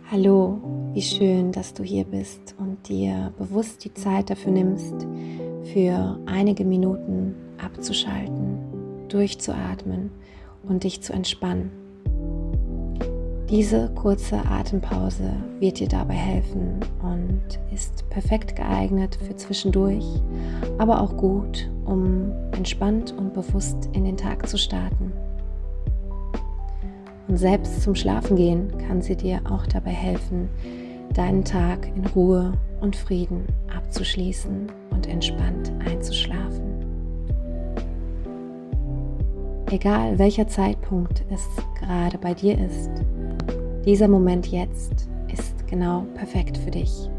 Hallo, wie schön, dass du hier bist und dir bewusst die Zeit dafür nimmst, für einige Minuten abzuschalten, durchzuatmen und dich zu entspannen. Diese kurze Atempause wird dir dabei helfen und ist perfekt geeignet für zwischendurch, aber auch gut, um entspannt und bewusst in den Tag zu starten. Und selbst zum Schlafengehen kann sie dir auch dabei helfen, deinen Tag in Ruhe und Frieden abzuschließen und entspannt einzuschlafen. Egal welcher Zeitpunkt es gerade bei dir ist, dieser Moment jetzt ist genau perfekt für dich.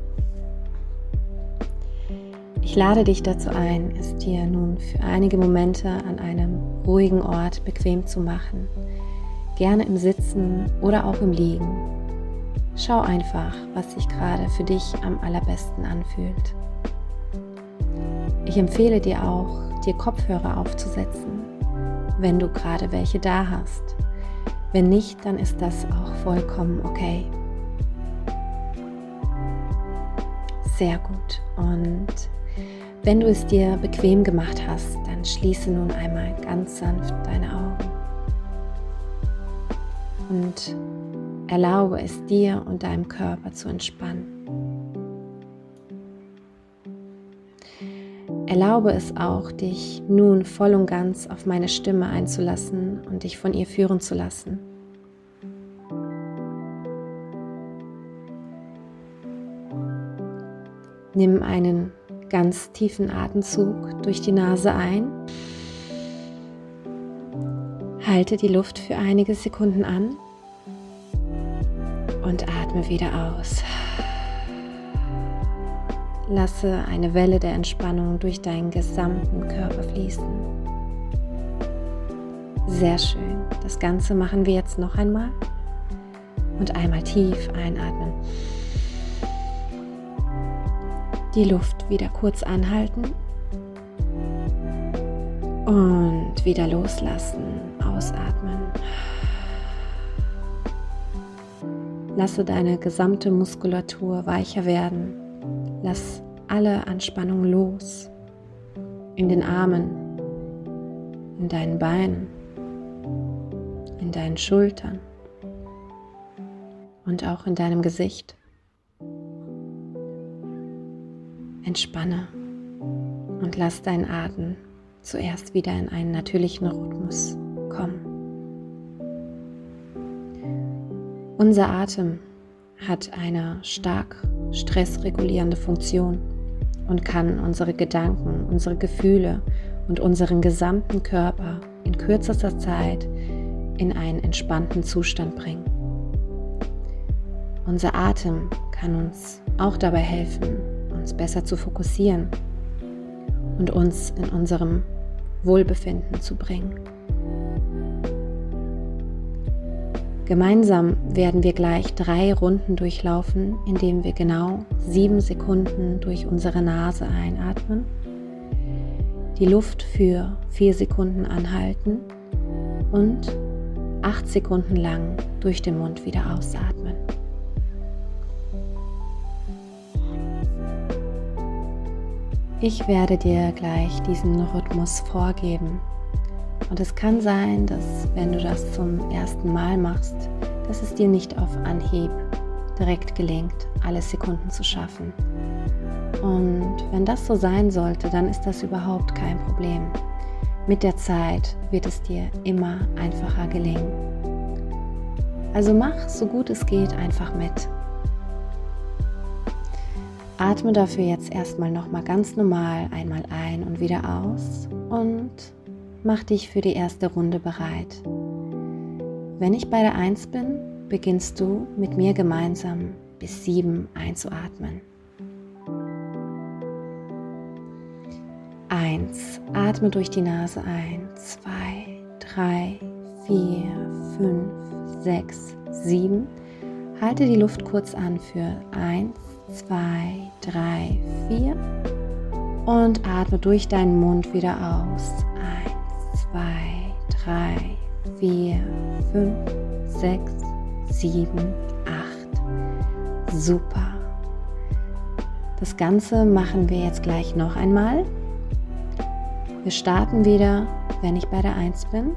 Ich lade dich dazu ein, es dir nun für einige Momente an einem ruhigen Ort bequem zu machen. Gerne im Sitzen oder auch im Liegen. Schau einfach, was sich gerade für dich am allerbesten anfühlt. Ich empfehle dir auch, dir Kopfhörer aufzusetzen, wenn du gerade welche da hast. Wenn nicht, dann ist das auch vollkommen okay. Sehr gut. Und wenn du es dir bequem gemacht hast, dann schließe nun einmal ganz sanft deine Augen. Und erlaube es dir und deinem Körper zu entspannen. Erlaube es auch, dich nun voll und ganz auf meine Stimme einzulassen und dich von ihr führen zu lassen. Nimm einen ganz tiefen Atemzug durch die Nase ein. Halte die Luft für einige Sekunden an und atme wieder aus. Lasse eine Welle der Entspannung durch deinen gesamten Körper fließen. Sehr schön. Das Ganze machen wir jetzt noch einmal. Und einmal tief einatmen. Die Luft wieder kurz anhalten. Und wieder loslassen. Ausatmen. Lasse deine gesamte Muskulatur weicher werden. Lass alle Anspannung los. In den Armen, in deinen Beinen, in deinen Schultern und auch in deinem Gesicht. Entspanne und lass deinen Atem zuerst wieder in einen natürlichen Rhythmus kommen. Unser Atem hat eine stark stressregulierende Funktion und kann unsere Gedanken, unsere Gefühle und unseren gesamten Körper in kürzester Zeit in einen entspannten Zustand bringen. Unser Atem kann uns auch dabei helfen, uns besser zu fokussieren und uns in unserem Wohlbefinden zu bringen. Gemeinsam werden wir gleich 3 Runden durchlaufen, indem wir genau 7 Sekunden durch unsere Nase einatmen, die Luft für 4 Sekunden anhalten und 8 Sekunden lang durch den Mund wieder ausatmen. Ich werde dir gleich diesen Rhythmus vorgeben. Und es kann sein, dass wenn du das zum ersten Mal machst, dass es dir nicht auf Anhieb direkt gelingt, alle Sekunden zu schaffen. Und wenn das so sein sollte, dann ist das überhaupt kein Problem. Mit der Zeit wird es dir immer einfacher gelingen. Also mach, so gut es geht, einfach mit. Atme dafür jetzt erstmal nochmal ganz normal einmal ein und wieder aus und mach dich für die erste Runde bereit. Wenn ich bei der 1 bin, beginnst du mit mir gemeinsam bis 7 einzuatmen. 1. Atme durch die Nase ein. 2, 3, 4, 5, 6, 7. Halte die Luft kurz an für 1, 2, 3, 4 und atme durch deinen Mund wieder aus. 1, 2, 3, 4, 5, 6, 7, 8. Super. Das Ganze machen wir jetzt gleich noch einmal. Wir starten wieder, wenn ich bei der 1 bin.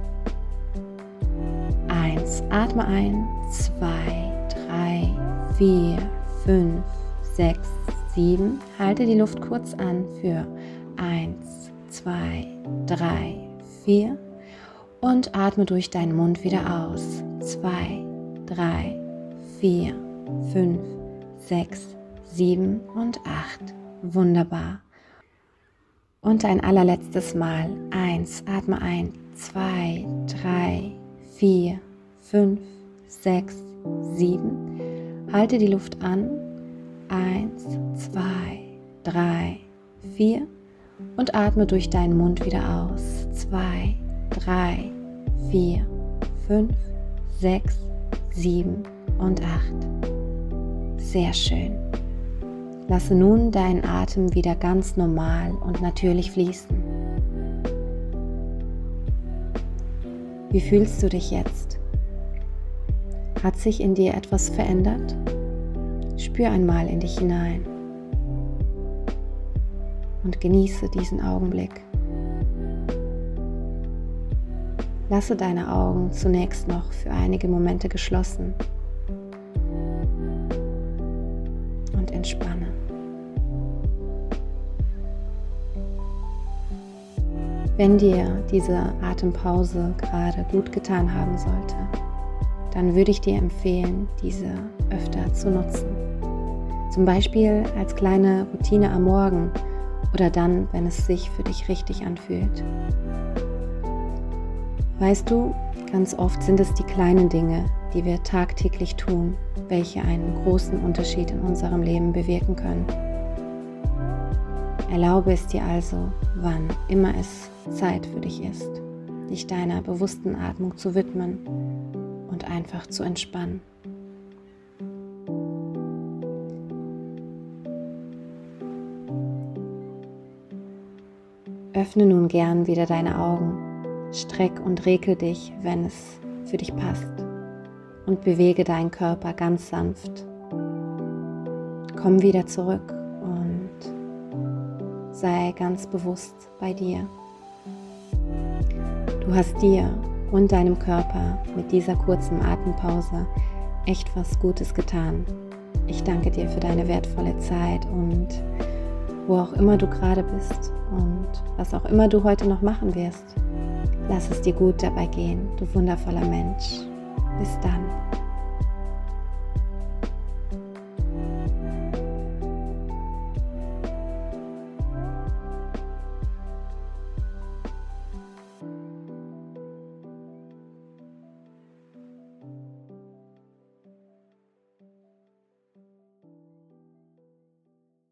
1, atme ein, 2, 3, 4, 5, 6, 7. Halte die Luft kurz an für 1, 2, 3, 4 und atme durch deinen Mund wieder aus. 2, 3, 4, 5, 6, 7 und 8. Wunderbar. Und ein allerletztes Mal. 1, atme ein, 2, 3, 4, 5, 6, 7. Halte die Luft an. 1, 2, 3, 4 und atme durch deinen Mund wieder aus. 2, 3, 4, 5, 6, 7 und 8. Sehr schön. Lasse nun deinen Atem wieder ganz normal und natürlich fließen. Wie fühlst du dich jetzt? Hat sich in dir etwas verändert? Spür einmal in dich hinein und genieße diesen Augenblick. Lasse deine Augen zunächst noch für einige Momente geschlossen und entspanne. Wenn dir diese Atempause gerade gut getan haben sollte, dann würde ich dir empfehlen, diese öfter zu nutzen. Zum Beispiel als kleine Routine am Morgen oder dann, wenn es sich für dich richtig anfühlt. Weißt du, ganz oft sind es die kleinen Dinge, die wir tagtäglich tun, welche einen großen Unterschied in unserem Leben bewirken können. Erlaube es dir also, wann immer es Zeit für dich ist, dich deiner bewussten Atmung zu widmen und einfach zu entspannen. Öffne nun gern wieder deine Augen, streck und regle dich, wenn es für dich passt, und bewege deinen Körper ganz sanft. Komm wieder zurück und sei ganz bewusst bei dir. Du hast dir und deinem Körper mit dieser kurzen Atempause echt was Gutes getan. Ich danke dir für deine wertvolle Zeit und wo auch immer du gerade bist und was auch immer du heute noch machen wirst. Lass es dir gut dabei gehen, du wundervoller Mensch. Bis dann.